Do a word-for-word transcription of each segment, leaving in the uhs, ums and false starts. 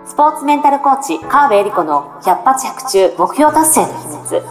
スポーツメンタルコーチ川辺恵理子の百発百中目標達成の秘密。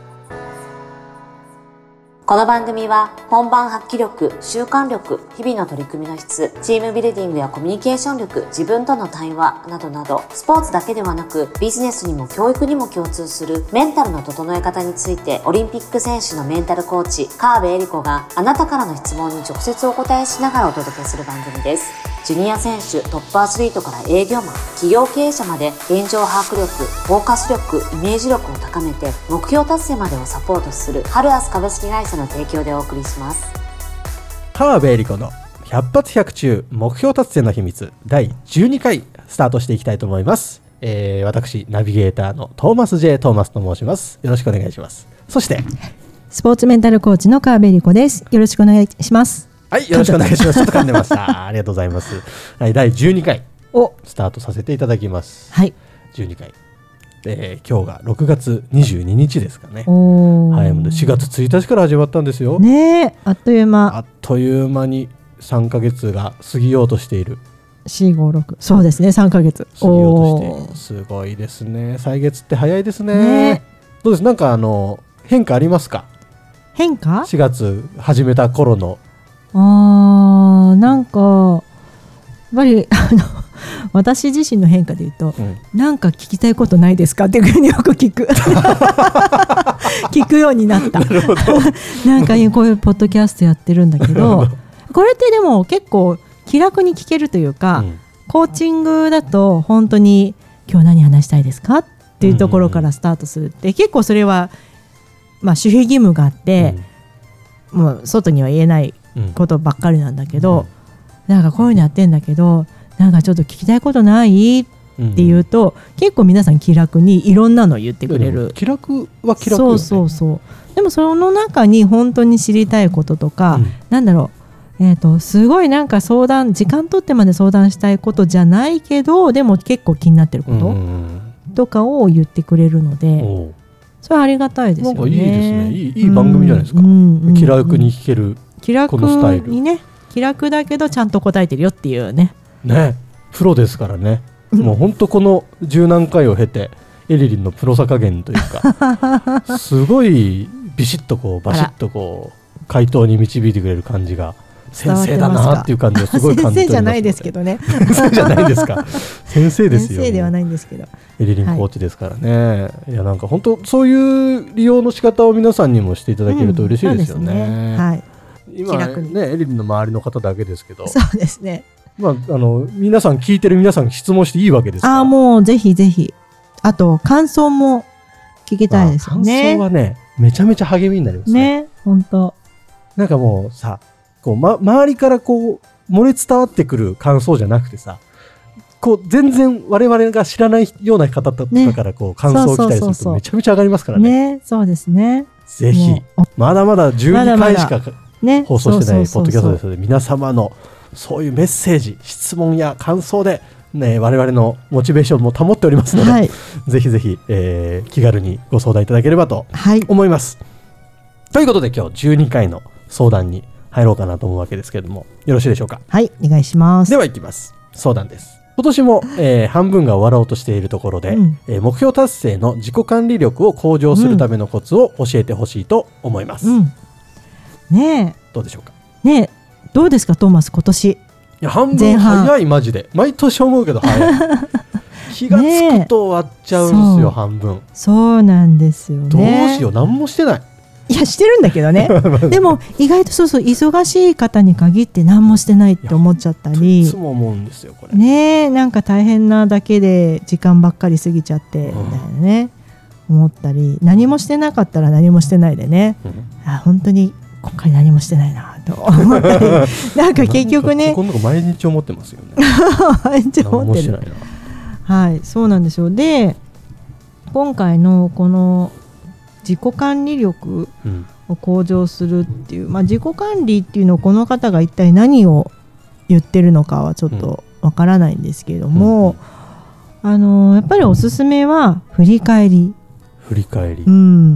この番組は本番発揮力、習慣力、日々の取り組みの質、チームビルディングやコミュニケーション力、自分との対話などなど、スポーツだけではなくビジネスにも教育にも共通するメンタルの整え方について、オリンピック選手のメンタルコーチ川辺恵理子があなたからの質問に直接お答えしながらお届けする番組です。ジュニア選手、トップアスリートから営業マン、企業経営者まで現状把握力、フォーカス力、イメージ力を高めて目標達成までをサポートするハルアス株式会社の提供でお送りします。 川辺恵理子の百発百中目標達成の秘密だいじゅうにかいスタートしていきたいと思います。えー、私ナビゲーターのトーマス J トーマスと申します。よろしくお願いします。そしてスポーツメンタルコーチの川辺恵理子です。よろしくお願いします。 はい、よろしくお願いします。ちょっと噛んでましたありがとうございます。はい、だいじゅうにかいをスタートさせていただきます。 はい、 じゅうにかい、えー、今日がろくがつにじゅうににちですかね。 おはい、もうしがつついたちから始まったんですよ。 ねえ、あっという間。 あっという間にさんかげつが過ぎようとしている。 よん、ご、ろく、そうですね、さんかげつ過ぎようとしている。すごいですね。歳月って早いですね。 ね、 どうです、なんかあの変化ありますか？ 変化？ しがつ始めた頃の。 あー、なんかやっぱりあの私自身の変化で言うと、うん、なんか聞きたいことないですかっていうふうによく聞く聞くようになった。なるほどなんかこういうポッドキャストやってるんだけどこれってでも結構気楽に聞けるというか、うん、コーチングだと本当に今日何話したいですかっていうところからスタートするって、うんうんうん、結構それは、まあ、守秘義務があって、うん、もう外には言えないことばっかりなんだけど、うん、なんかこういうのやってんだけどなんかちょっと聞きたいことないって言うと、うん、結構皆さん気楽にいろんなの言ってくれる。 気楽は気楽よね。 そうそうそう。でもその中に本当に知りたいこととか、うん、なんだろう、えーと、すごいなんか相談時間取ってまで相談したいことじゃないけどでも結構気になってること、うん、とかを言ってくれるので、それはありがたいですよね。 なんかいいですね。いい、いい番組じゃないですか、うんうん、気楽に聞ける気楽にね、気楽だけどちゃんと答えてるよっていうね。 ね、プロですからね。もう本当この十何回を経てエリリンのプロさ加減というかすごいビシッとこうバシッとこう回答に導いてくれる感じが先生だなっていう感じがすごい感じておりますので。先生じゃないですけどね先生じゃないですか先生ですよ。 先生ではないんですけどエリリンコーチですからね、はい、いやなんか本当そういう利用の仕方を皆さんにもしていただけると嬉しいですよね、うん、そうですね、はい、今ねエリリンの周りの方だけですけど、 そうですね、 まあ、あの皆さん聞いてる皆さん質問していいわけですから。 あ、もうぜひぜひ。あと感想も聞きたいですよね。 感想はねめちゃめちゃ励みになりますね。 ね、本当。 なんかもうさこう、ま、周りからこう漏れ伝わってくる感想じゃなくてさ、こう全然我々が知らないような方とかからこう、ね、感想を来たりするとめちゃめちゃ上がりますからね。 ね、そうですね。 ぜひまだまだじゅうにかいしか放送してないポッドキャストですので、皆様のそういうメッセージ、質問や感想で、ね、我々のモチベーションも保っておりますので、はい、ぜひぜひ、えー、気軽にご相談いただければと思います、はい、ということで今日じゅうにかいの相談に入ろうかなと思うわけですけれども、よろしいでしょうか。 はい、お願いします。 ではいきます。相談です。今年も、えー、半分が終わろうとしているところで、うん、えー、目標達成の自己管理力を向上するためのコツを教えてほしいと思います、うん、 ねえ、 どうでしょうか。 ねえ、どうですかトーマス、今年。いや半分早い、マジで毎年思うけど早い気がつくと終わっちゃうんですよ、ね、半分。 そうなんですよね。 どうしよう、何もしてない。 いやしてるんだけどねでも意外とそうそう忙しい方に限って何もしてないって思っちゃったり、 いつも思うんですよこれね。なんか大変なだけで時間ばっかり過ぎちゃってみたいなね、うん、思ったり、何もしてなかったら何もしてないでね、うん、あ本当に今回何もしてないなと思ったりなんか結局ねこんなの毎日思ってますよね毎日思ってる。はい、そうなんですよ。で今回のこの自己管理力を向上するっていう、うん、まあ、自己管理っていうのをこの方が一体何を言ってるのかはちょっとわからないんですけれども、うん、あのやっぱりおすすめは振り返り振り返り、 うん、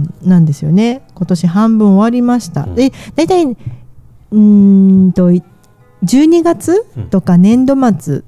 なんですよね。今年半分終わりました、うん、でだいたいうーんとじゅうにがつとか年度末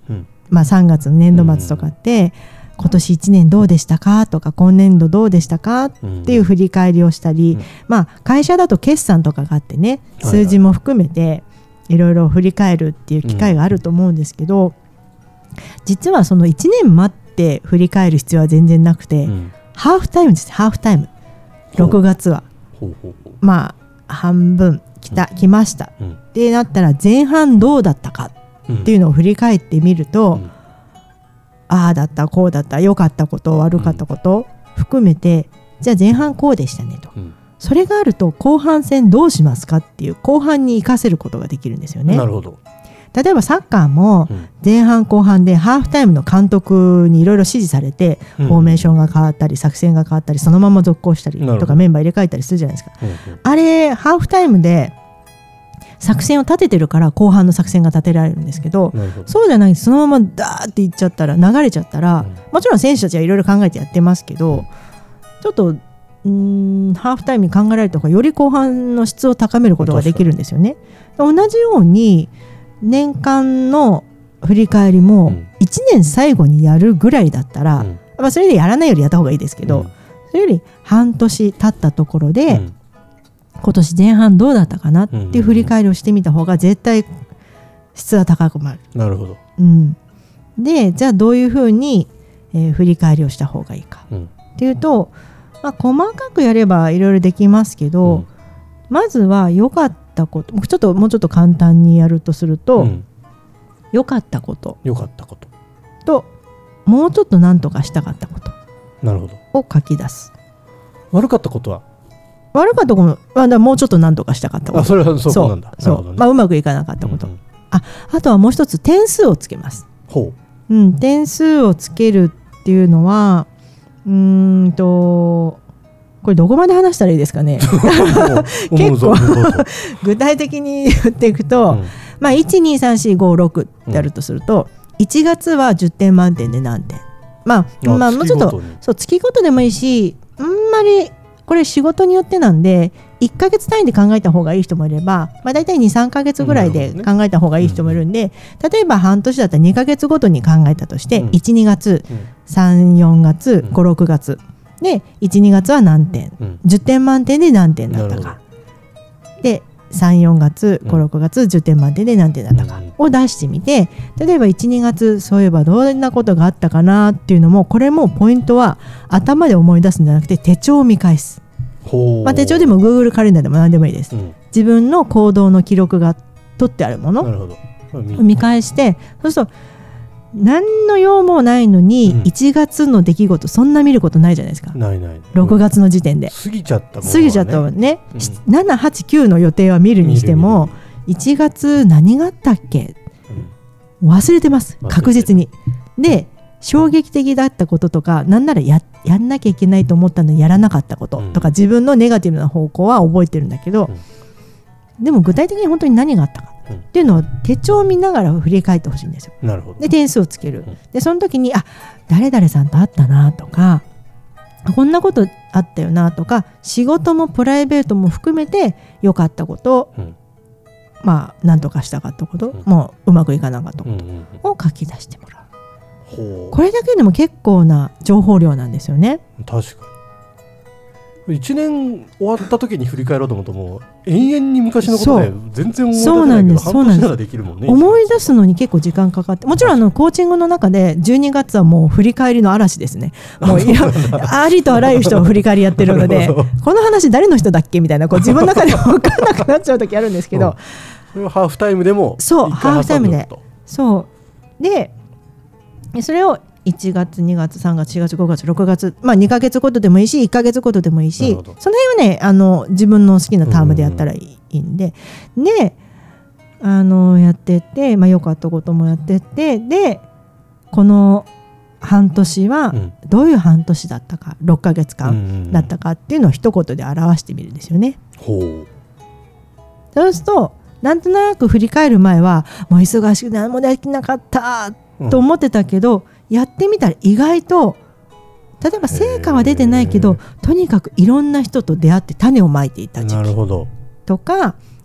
まあ、さんがつの年度末とかって、うん、今年いちねんどうでしたかとか今年度どうでしたかっていう振り返りをしたり、うん、まあ、会社だと決算とかがあってね、数字も含めていろいろ振り返るっていう機会があると思うんですけど、うん、実はそのいちねん待って振り返る必要は全然なくて、うん、ハーフタイムです。ハーフタイムろくがつはほうほうほう、まあ半分来た、うん、来ました、うん、ってなったら前半どうだったかっていうのを振り返ってみると、うん、ああだったこうだった良かったこと悪かったこと含めて、じゃあ前半こうでしたねと、うん、それがあると後半戦どうしますかっていう後半に生かせることができるんですよね。 なるほど。 例えばサッカーも前半後半でハーフタイムの監督にいろいろ指示されて、うん、フォーメーションが変わったり作戦が変わったりそのまま続行したりとかメンバー入れ替えたりするじゃないですか、うんうん、あれハーフタイムで作戦を立ててるから後半の作戦が立てられるんですけど、そうじゃないそのままダーっていっちゃったら流れちゃったら、うん、もちろん選手たちはいろいろ考えてやってますけど、ちょっとうーんハーフタイムに考えられた方がより後半の質を高めることができるんですよね。同じように年間の振り返りもいちねん最後にやるぐらいだったら、うんまあ、それでやらないよりやった方がいいですけど、うん、それより半年経ったところで、うん、今年前半どうだったかなっていう振り返りをしてみた方が絶対質は高くなる。 なるほど、 うん、でじゃあどういうふうに、えー、振り返りをした方がいいか、うん、っていうと、まあ、細かくやればいろいろできますけど、うん、まずは良かったことちょっともうちょっと簡単にやるとすると、うん、良かったこと良かったことともうちょっと何とかしたかったことなるほどを書き出す。 悪かったことは悪かったことはもうちょっと何とかしたかったこと。 あそれはそうなんだ。 そう、ね、まあ、うまくいかなかったこと、うんうん、あ, あとはもう一つ点数をつけます。 ほう、うん、点数をつけるっていうのはうーんとこれどこまで話したらいいですかね結構具体的に言っていくと、うん、まあ、いち、に、さん、し、ご、ろくってやるとすると、うん、いちがつはじゅってん満点で何点、まあ、あまあもうちょっとそう月ごとでもいいし、あんまりこれ仕事によってなんでいっかげつ単位で考えた方がいい人もいれば、まあ、大体 にさんかげつぐらいで考えた方がいい人もいるんで、ね、うん、例えば半年だったらにかげつごとに考えたとして、うん、いち、にがつ、うん、さん、よんがつ、ご、ろくがつでいち、にがつは何点、うん、じゅってん満点で何点だったかでさん、よんがつ、ご、ろくがつじゅってん満点で何点だったかを出してみて、例えばいち、にがつそういえばどんなことがあったかなっていうのも、これもポイントは頭で思い出すんじゃなくて手帳を見返す。まあ、手帳でも Google カレンダーでも何でもいいです、うん、自分の行動の記録が取ってあるものを見返して、そうすると何の用もないのに、うん、いちがつの出来事そんな見ることないじゃないですか。 ないないろくがつの時点で過ぎちゃったもんね。 過ぎちゃったもんね、うん、なな、はち、きゅうの予定は見るにしてもいちがつ何があったっけ、うん、忘れてます確実に。で衝撃的だったこととか、なんなら や, やんなきゃいけないと思ったのにやらなかったこととか、うん、自分のネガティブな方向は覚えてるんだけど、うん、でも具体的に本当に何があったかっていうのを手帳を見ながら振り返ってほしいんですよ。 なるほど。 で点数をつける、うん、でその時にあ誰々さんと会ったなとかこんなことあったよなとか、仕事もプライベートも含めて良かったこと、うん、まあ何とかしたかったこと、うん、もううまくいかなかったことを書き出してもらう。これだけでも結構な情報量なんですよね。 確かにいちねん終わった時に振り返ろうと思うともう延々に昔のことで全然思い出せないけど半年ならできるもんね。 思い出すのに結構時間かかって、もちろんあのコーチングの中でじゅうにがつはもう振り返りの嵐ですね。もういやありとあらゆる人を振り返りやってるのでこの話誰の人だっけみたいなこう自分の中で分からなくなっちゃう時あるんですけど、うん、 それはハーフタイムでもそうハーフタイムでそうでそれをいちがつ、にがつ、さんがつ、しがつ、ごがつ、ろくがつ、まあ、にかげつごとでもいいしいっかげつごとでもいいし、その辺はねあの自分の好きなタームでやったらいい、いいんでであのやってって、まあ、良かったこともやってってでこの半年はどういう半年だったか、うん、ろっかげつかんだったかっていうのを一言で表してみるんですよね。 ほう。 そうするとなんとなく振り返る前はもう忙しく何もできなかったと思ってたけど、うん、やってみたら意外と例えば成果は出てないけどとにかくいろんな人と出会って種をまいていた時期とか、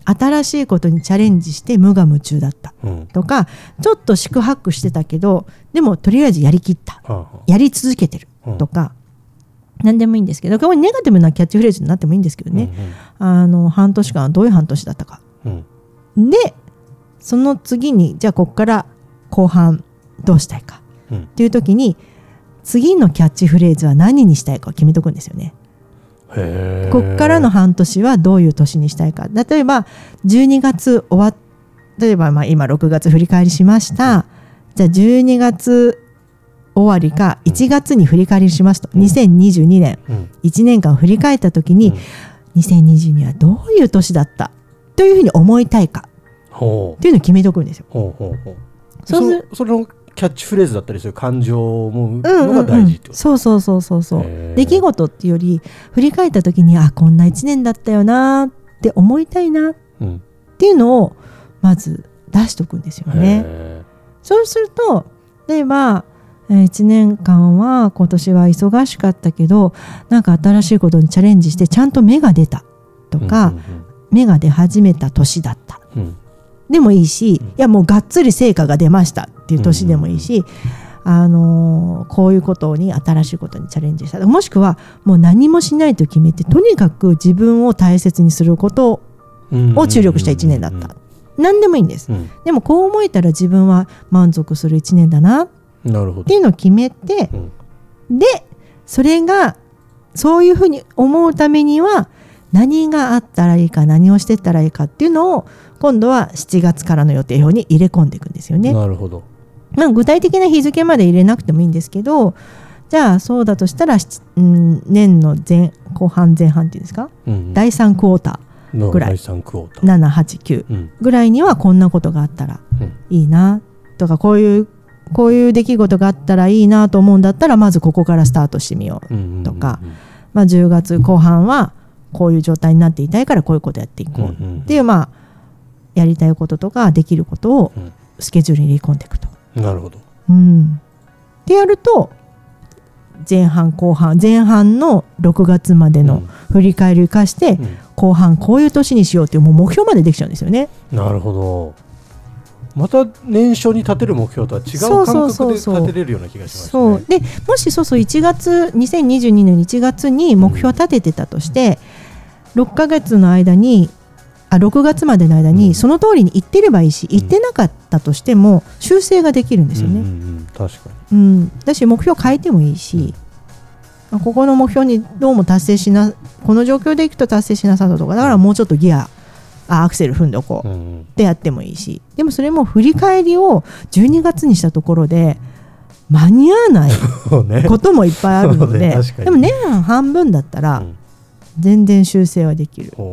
新しいことにチャレンジして無我夢中だった、うん、とかちょっと四苦八苦してたけどでもとりあえずやりきった、はあはあ、やり続けてる、うん、とか何でもいいんですけど、ここにネガティブなキャッチフレーズになってもいいんですけどね、うんうん、あの半年間はどういう半年だったか、うん、でその次にじゃあここから後半どうしたいか、うん、っていう時に次のキャッチフレーズは何にしたいかを決めとくんですよね。へー。こっからの半年はどういう年にしたいか。例えばじゅうにがつ終わっ例えばまあ今ろくがつ振り返りしました。じゃあじゅうにがつ終わりかいちがつに振り返りしますと、うん、にせんにじゅうにねん、うん、いちねんかん振り返った時に、うん、にせんにじゅうにはどういう年だったというふうに思いたいかっていうのを決めておくんですよ。ほうほうほう。そうするそれのキャッチフレーズだったりする感情を思うのが大事ってこと、うんうんうん、そうそうそうそうそう。出来事っていうより振り返った時にあこんないちねんだったよなって思いたいなっていうのをまず出しておくんですよね。そうすると例えばいちねんかんは今年は忙しかったけどなんか新しいことにチャレンジしてちゃんと芽が出たとか、うんうんうん、芽が出始めた年だった、うん、でもいいし、うん、いやもうがっつり成果が出ましたっていう年でもいいし、うんうんうん、あのー、こういうことに新しいことにチャレンジしたもしくはもう何もしないと決めてとにかく自分を大切にすることを注力したいちねんだった、うんうんうんうん、何でもいいんです、うん、でもこう思えたら自分は満足するいちねんだななるほどっていうのを決めて、うん、でそれがそういうふうに思うためには何があったらいいか何をしていったらいいかっていうのを今度はしちがつからの予定表に入れ込んでいくんですよね。なるほど。まあ、具体的な日付まで入れなくてもいいんですけどじゃあそうだとしたら、うん、年の前後半前半っていうんですか、うんうん、だいさんクォーターぐらいなな、はち、きゅうぐらいにはこんなことがあったらいいなとかこういうこういう出来事があったらいいなと思うんだったらまずここからスタートしてみようとか、うんうんうんうん、まあ、じゅうがつこう半はこういう状態になっていたいからこういうことやっていこうっていう、まあ、やりたいこととかできることをスケジュールに入れ込んでいくと、うん、なるほど、うん、ってやると前半後半前半のろくがつまでの振り返りを生かして、うん、後半こういう年にしようっていうもう目標までできちゃうんですよね。なるほど。また年初に立てる目標とは違う感覚で立てれるような気がしますね。そうそうそうそう。でもしそうそういちがつにせんにじゅうにねんいちがつに目標を立ててたとして、うん、ろっかげつの間にあろくがつまでの間にその通りに行ってればいいし、うん、行ってなかったとしても修正ができるんですよね、うんうんうん、確かに、うん、だし目標変えてもいいし、うん、ここの目標にどうも達成しなこの状況でいくと達成しなさそうとかだからもうちょっとギアあアクセル踏んでおこうってやってもいいし、でもそれも振り返りをじゅうにがつにしたところで間に合わないこともいっぱいあるので、ね、でも年半分だったら全然修正はできる、うん、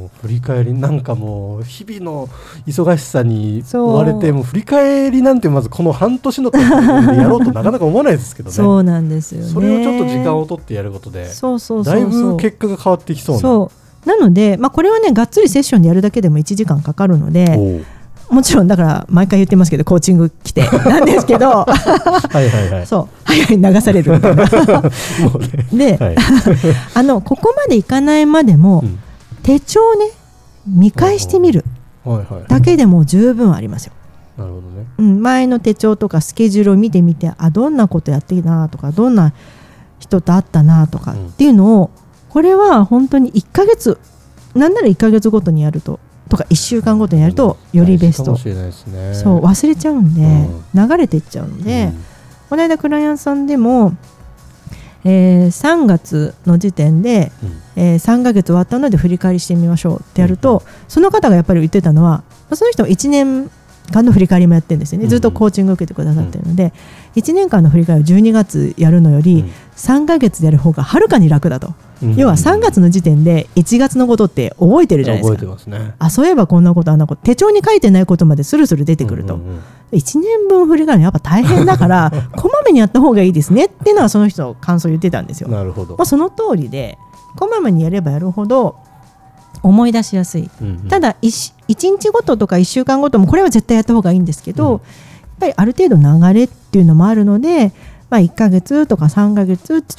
振り返りなんかもう日々の忙しさに追われても振り返りなんてまずこの半年のタイミングでやろうとなかなか思わないですけどね。そうなんですよね。それをちょっと時間を取ってやることでそうそうそうそうだいぶ結果が変わってきそうな。そうなので、まあ、これはねがっつりセッションでやるだけでもいちじかんかかるのでもちろんだから毎回言ってますけどコーチング来てなんですけどはいはい、はい、そう早い流されるみたいなもう、ね、で、はい、あのここまでいかないまでも、うん、手帳をね見返してみるだけでも十分ありますよ。なるほどね、うん、前の手帳とかスケジュールを見てみてあどんなことやっていいなとかどんな人と会ったなとかっていうのを、うんこれは本当にいっかげつなんならいっかげつごとにやるととかいっしゅうかんごとにやるとよりベスト、かもしれないですね。そう忘れちゃうんで、うん、流れていっちゃうので、うん、この間クライアントさんでも、えー、さんがつの時点で、うんえー、さんかげつ終わったので振り返りしてみましょうってやると、うん、その方がやっぱり言ってたのはその人はいちねんかんの振り返りもやってるんですよね、うん、ずっとコーチングを受けてくださってるので、うん、いちねんかんの振り返りをじゅうにがつやるのより、うん、さんかげつでやる方がはるかに楽だと、うん、要はさんがつの時点でいちがつのことって覚えてるじゃないですか。覚えてますね。あそういえばこんなことあんなこと手帳に書いてないことまでスルスル出てくると、うんうんうん、いちねんぶん振り返るのやっぱ大変だからこまめにやった方がいいですねっていうのはその人の感想を言ってたんですよ。なるほど、まあ、その通りでこまめにやればやるほど思い出しやすい、うんうん、ただ 1, いちにちごととかいっしゅうかんごともこれは絶対やった方がいいんですけど、うん、やっぱりある程度流れっていうのもあるので、まあ、いっかげつとかさんかげつちょっ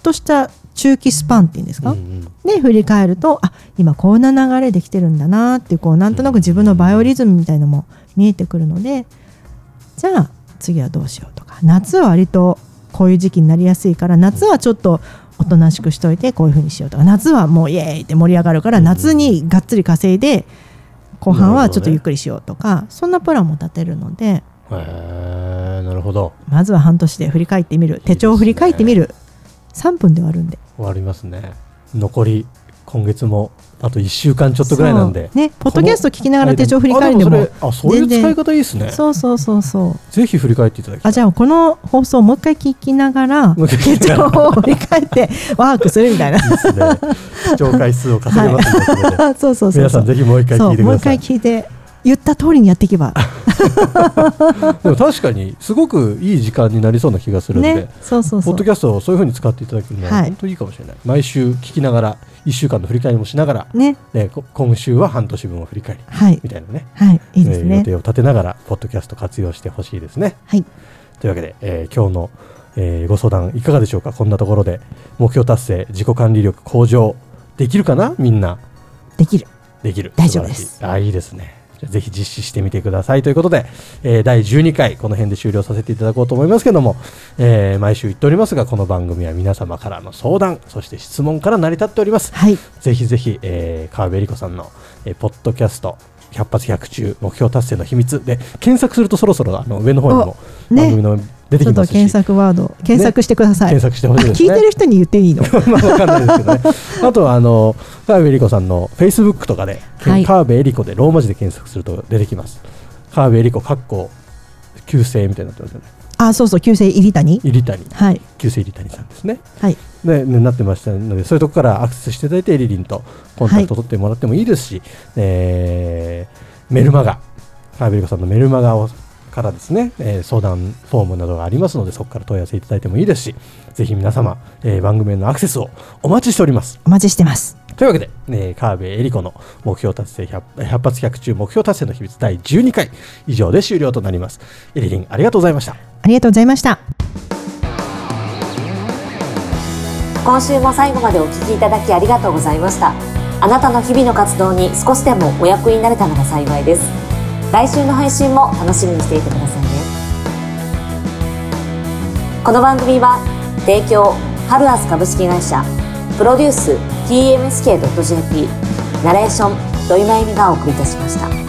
とした中期スパンっていうんですか、うんうん、で振り返るとあ今こんな流れできてるんだなっていう、こうなんとなく自分のバイオリズムみたいのも見えてくるので、じゃあ次はどうしようとか、夏は割とこういう時期になりやすいから夏はちょっとおとなしくしといてこういう風にしようとか、夏はもうイエーイって盛り上がるから夏にがっつり稼いで後半はちょっとゆっくりしようとか、ね、そんなプランも立てるので、 へー、なるほど。 まずは半年で振り返ってみる、手帳を振り返ってみる、さんぷんで終わるんで終わりますね。残り今月もあといっしゅうかんちょっとぐらいなんで、 ね、ポッドキャスト聞きながら手帳振り返るでも、 あ、そういう使い方いいですね。 そうそうそうそう、 ぜひ振り返っていただきたい。 あ、じゃあこの放送をもう一回聞きながら手帳を振り返ってワークするみたいな。いいですね。 視聴回数を稼げますので、はい、そうそうそうそう、皆さんぜひもう一回聞いてください。 もう一回聞いて言った通りにやっていけばでも確かにすごくいい時間になりそうな気がするので、ね、そうそうそう、ポッドキャストをそういう風に使っていただけるのは本当にいいかもしれない、はい、毎週聞きながらいっしゅうかんの振り返りもしながら、ねね、今週は半年分を振り返り、はい、みたいなね、はい、いいですね、えー、予定を立てながらポッドキャスト活用してほしいですね、はい、というわけで、えー、今日の、えー、ご相談いかがでしょうか。こんなところで目標達成、自己管理力向上できるかな。みんなできるできる、 大丈夫です。 あ、いいですね。ぜひ実施してみてくださいということで、えー、だいじゅうにかいこの辺で終了させていただこうと思いますけども、えー、毎週言っておりますがこの番組は皆様からの相談そして質問から成り立っております、はい、ぜひぜひ、えー、川辺理子さんの、えー、ポッドキャストひゃく発ひゃく中目標達成の秘密で検索するとそろそろあの上の方にも番組の出てきますし、 ちょっと検索ワード検索してください、 ね、検索してほしいですね。 聞いてる人に言っていいのまあ分かんないですけどね。あとはあの川辺理子さんのフェイスブックとかで、はい、川辺理子でローマ字で検索すると出てきます。川辺理子かっこ旧姓みたいになってますよね。 あ、そうそう、旧姓入谷入谷、はい、旧姓入谷さんですね、はいでね、なってましたので、そういうところからアクセスしていただいてエリリンとコンタクトを取ってもらってもいいですし、はい、えー、メルマガ川辺理子さんのメルマガをからですね、えー、相談フォームなどがありますのでそこから問い合わせいただいてもいいですし、ぜひ皆様、えー、番組へのアクセスをお待ちしております。 お待ちしてます。 というわけで、えー、川辺恵理子の目標達成 ひゃく, ひゃく発ひゃく中目標達成の秘密だいじゅうにかい以上で終了となります。エリリンありがとうございました。 ありがとうございました。 今週も最後までお聞きいただきありがとうございました。あなたの日々の活動に少しでもお役になれたのが幸いです。来週の配信も楽しみにしていてくださいね。この番組は提供ハルアス株式会社、プロデュース ティーエムエスケードットジェーピー、ナレーション土井真由美がお送りいたしました。